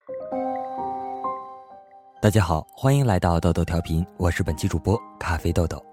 大家好，欢迎来到豆豆调频，我是本期主播咖啡豆豆。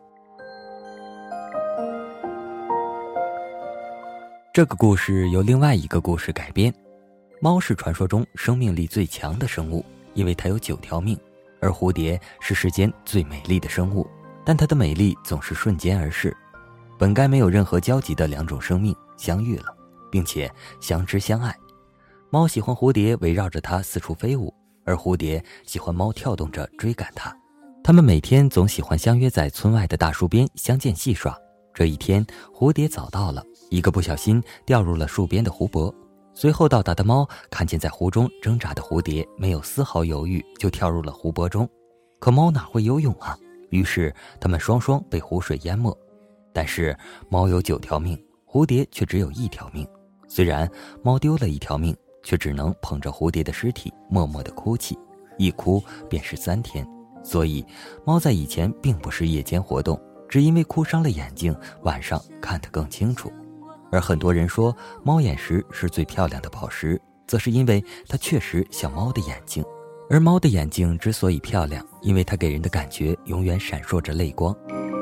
这个故事由另外一个故事改编。猫是传说中生命力最强的生物，因为它有9条命，而蝴蝶是世间最美丽的生物，但它的美丽总是瞬间而逝。本该没有任何交集的两种生命相遇了，并且相知相爱。猫喜欢蝴蝶围绕着它四处飞舞，而蝴蝶喜欢猫跳动着追赶它。它们每天总喜欢相约在村外的大树边相见戏耍。这一天，蝴蝶早到了，一个不小心掉入了树边的湖泊。随后到达的猫看见在湖中挣扎的蝴蝶，没有丝毫犹豫就跳入了湖泊中。可猫哪会游泳啊？于是它们双双被湖水淹没。但是猫有9条命，蝴蝶却只有1条命。虽然猫丢了1条命，却只能捧着蝴蝶的尸体默默地哭泣，一哭便是3天。所以猫在以前并不是夜间活动，只因为哭伤了眼睛，晚上看得更清楚。而很多人说猫眼石是最漂亮的宝石，则是因为它确实像猫的眼睛。而猫的眼睛之所以漂亮，因为它给人的感觉永远闪烁着泪光。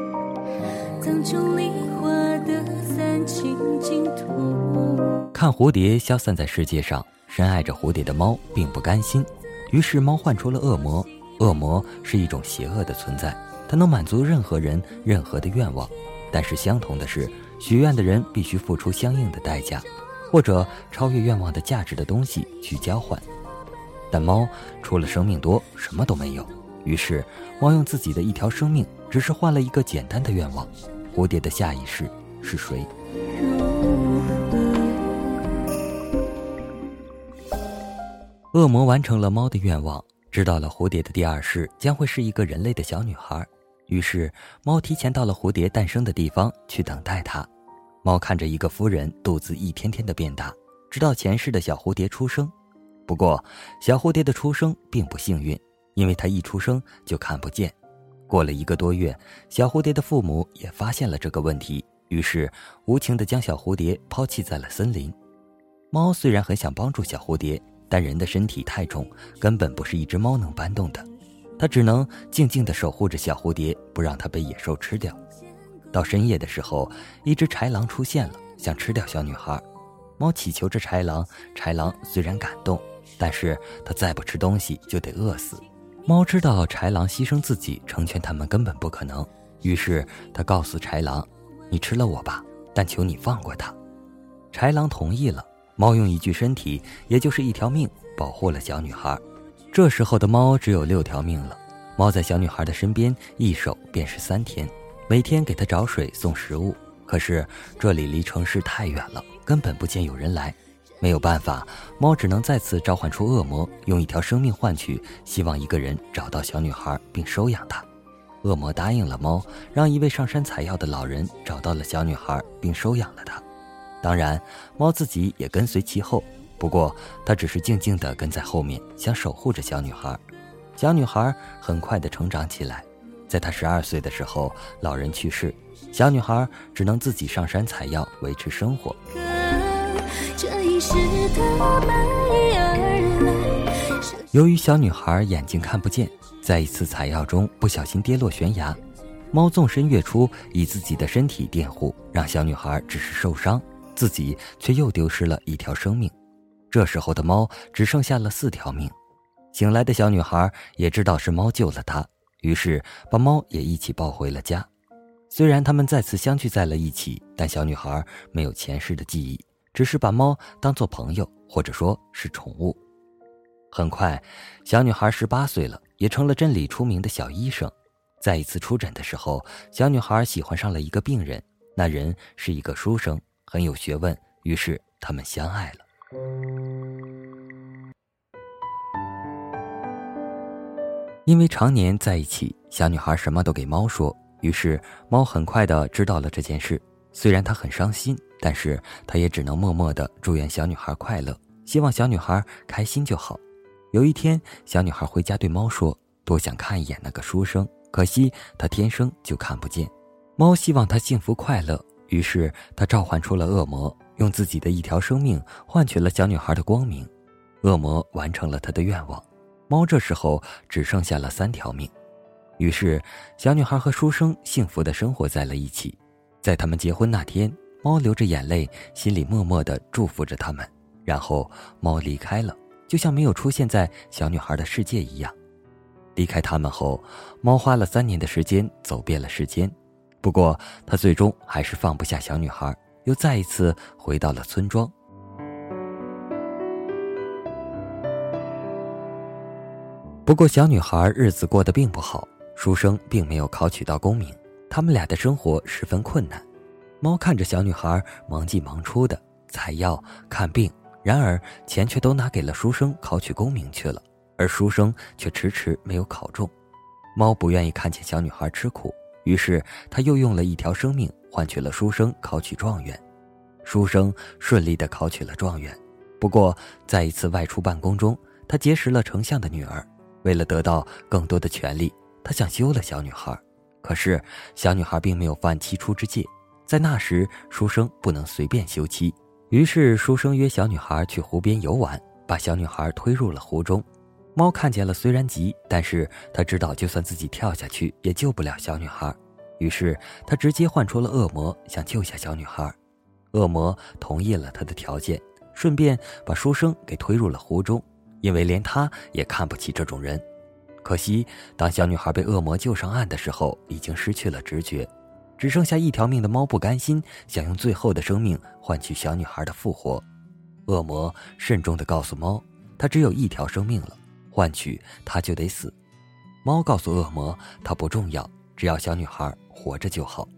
看蝴蝶消散在世界上，深爱着蝴蝶的猫并不甘心，于是猫唤出了恶魔。恶魔是一种邪恶的存在，它能满足任何人任何的愿望，但是相同的是，许愿的人必须付出相应的代价，或者超越愿望的价值的东西去交换。但猫除了生命多什么都没有，于是猫用自己的1条生命只是换了一个简单的愿望：蝴蝶的下一世是谁？恶魔完成了猫的愿望，知道了蝴蝶的第2世将会是一个人类的小女孩，于是猫提前到了蝴蝶诞生的地方去等待她。猫看着一个夫人肚子一天天的变大，直到前世的小蝴蝶出生。不过小蝴蝶的出生并不幸运，因为它一出生就看不见。过了1个多月，小蝴蝶的父母也发现了这个问题，于是无情地将小蝴蝶抛弃在了森林。猫虽然很想帮助小蝴蝶，但人的身体太重，根本不是一只猫能搬动的。它只能静静地守护着小蝴蝶，不让它被野兽吃掉。到深夜的时候，一只豺狼出现了，想吃掉小女孩。猫祈求着豺狼，豺狼虽然感动，但是它再不吃东西就得饿死。猫知道豺狼牺牲自己成全他们根本不可能，于是它告诉豺狼：你吃了我吧，但求你放过他。豺狼同意了，猫用1具身体，也就是1条命，保护了小女孩。这时候的猫只有6条命了。猫在小女孩的身边一守便是3天，每天给她找水送食物。可是这里离城市太远了，根本不见有人来。没有办法，猫只能再次召唤出恶魔，用1条生命换取，希望一个人找到小女孩并收养她。恶魔答应了猫，让一位上山采药的老人找到了小女孩并收养了她。当然猫自己也跟随其后，不过它只是静静地跟在后面，想守护着小女孩。小女孩很快地成长起来，在她12岁的时候，老人去世，小女孩只能自己上山采药维持生活。由于小女孩眼睛看不见，在一次采药中不小心跌落悬崖，猫纵身跃出，以自己的身体垫护，让小女孩只是受伤，自己却又丢失了1条生命。这时候的猫只剩下了4条命。醒来的小女孩也知道是猫救了她，于是把猫也一起抱回了家。虽然他们再次相聚在了一起，但小女孩没有前世的记忆，只是把猫当作朋友，或者说是宠物。很快，小女孩18岁了，也成了镇里出名的小医生。在一次出诊的时候，小女孩喜欢上了一个病人，那人是一个书生，很有学问，于是他们相爱了。因为常年在一起，小女孩什么都给猫说，于是猫很快地知道了这件事。虽然她很伤心，但是她也只能默默地祝愿小女孩快乐，希望小女孩开心就好。有一天，小女孩回家对猫说，多想看一眼那个书生，可惜他天生就看不见。猫希望他幸福快乐，于是他召唤出了恶魔，用自己的1条生命换取了小女孩的光明。 恶魔完成了他的愿望，猫这时候只剩下了3条命。于是小女孩和书生幸福地生活在了一起。在他们结婚那天，猫流着眼泪，心里默默地祝福着他们，然后猫离开了，就像没有出现在小女孩的世界一样。离开他们后，猫花了3年的时间走遍了世间，不过他最终还是放不下小女孩，又再一次回到了村庄。不过小女孩日子过得并不好，书生并没有考取到功名，他们俩的生活十分困难。猫看着小女孩忙进忙出的采药看病，然而钱却都拿给了书生考取功名去了，而书生却迟迟没有考中。猫不愿意看见小女孩吃苦，于是他又用了1条生命换取了书生考取状元。书生顺利地考取了状元，不过在一次外出办公中，他结识了丞相的女儿。为了得到更多的权利，他想休了小女孩，可是小女孩并没有犯七出之戒，在那时书生不能随便休妻，于是书生约小女孩去湖边游玩，把小女孩推入了湖中。猫看见了虽然急，但是他知道就算自己跳下去也救不了小女孩，于是他直接唤出了恶魔，想救下小女孩。恶魔同意了他的条件，顺便把书生给推入了湖中，因为连他也看不起这种人。可惜当小女孩被恶魔救上岸的时候，已经失去了知觉，只剩下1条命的猫不甘心，想用最后的生命换取小女孩的复活。恶魔慎重地告诉猫，他只有1条生命了，换取他就得死。猫告诉恶魔，他不重要，只要小女孩活着就好。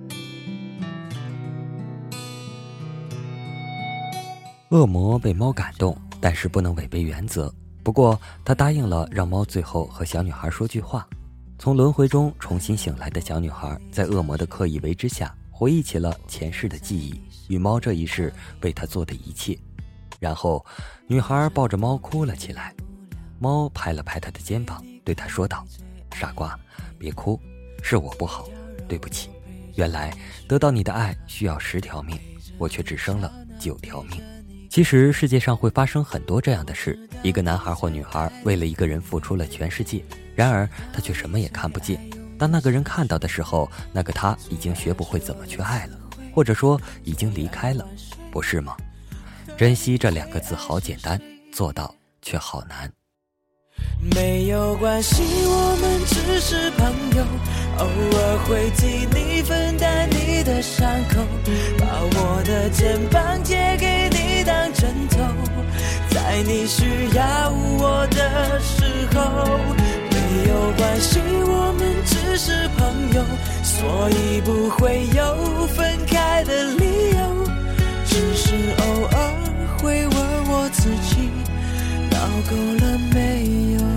恶魔被猫感动，但是不能违背原则，不过他答应了让猫最后和小女孩说句话。从轮回中重新醒来的小女孩，在恶魔的刻意为之下，回忆起了前世的记忆与猫这一世为他做的一切。然后女孩抱着猫哭了起来，猫拍了拍她的肩膀，对她说道，傻瓜，别哭，是我不好，对不起，原来得到你的爱需要10条命，我却只生了9条命。其实世界上会发生很多这样的事，一个男孩或女孩为了一个人付出了全世界，然而他却什么也看不见。当那个人看到的时候，那个他已经学不会怎么去爱了，或者说已经离开了，不是吗？珍惜这2个字好简单，做到却好难。 没有关系，我们只是朋友，偶尔会替你分担你的伤口，把我的肩膀借给你当枕头，在你需要我的时候。没有关系，我们只是朋友，所以不会有分开的理由，只是偶尔会问我自己，闹够了没有。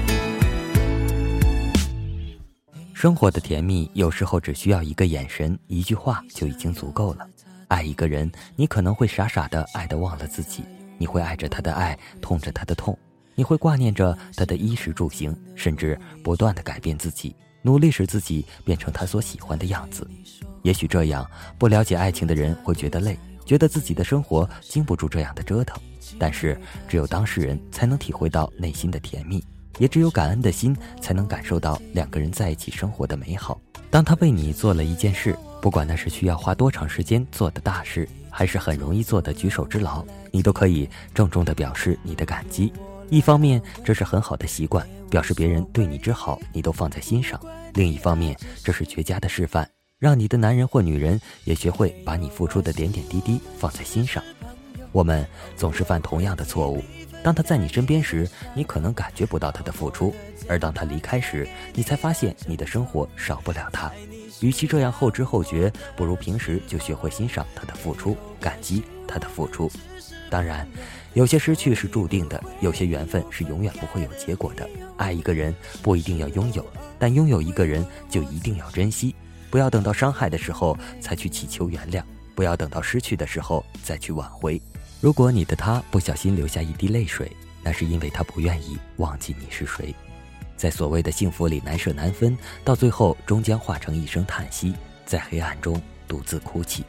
生活的甜蜜有时候只需要一个眼神，一句话就已经足够了。爱一个人，你可能会傻傻的爱得忘了自己，你会爱着他的爱，痛着他的痛，你会挂念着他的衣食住行，甚至不断地改变自己，努力使自己变成他所喜欢的样子。也许这样，不了解爱情的人会觉得累，觉得自己的生活经不住这样的折腾，但是只有当事人才能体会到内心的甜蜜，也只有感恩的心才能感受到2个人在一起生活的美好。当他为你做了一件事，不管那是需要花多长时间做的大事，还是很容易做的举手之劳，你都可以郑重地表示你的感激。一方面这是很好的习惯，表示别人对你之好你都放在心上；另一方面这是绝佳的示范，让你的男人或女人也学会把你付出的点点滴滴放在心上。我们总是犯同样的错误，当他在你身边时，你可能感觉不到他的付出，而当他离开时，你才发现你的生活少不了他。与其这样后知后觉，不如平时就学会欣赏他的付出，感激他的付出。当然，有些失去是注定的，有些缘分是永远不会有结果的。爱一个人不一定要拥有，但拥有一个人就一定要珍惜。不要等到伤害的时候才去祈求原谅，不要等到失去的时候再去挽回。如果你的他不小心流下一滴泪水，那是因为他不愿意忘记你是谁。在所谓的幸福里难舍难分，到最后终将化成一声叹息，在黑暗中独自哭泣。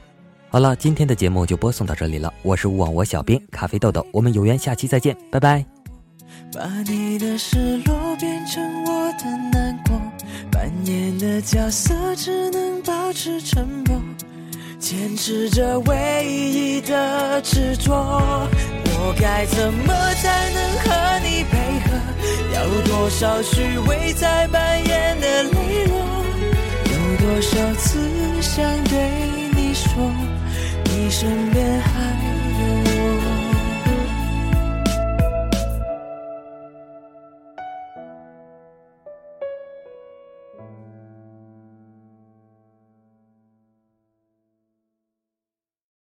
好了，今天的节目就播送到这里了，我是勿忘我小编咖啡豆豆，我们有缘下期再见，拜拜。 把你的失落变成我的难过，扮演的角色只能保持沉默，坚持着唯一的执着。我该怎么才能和你配合？要多少虚伪才扮演的磊落？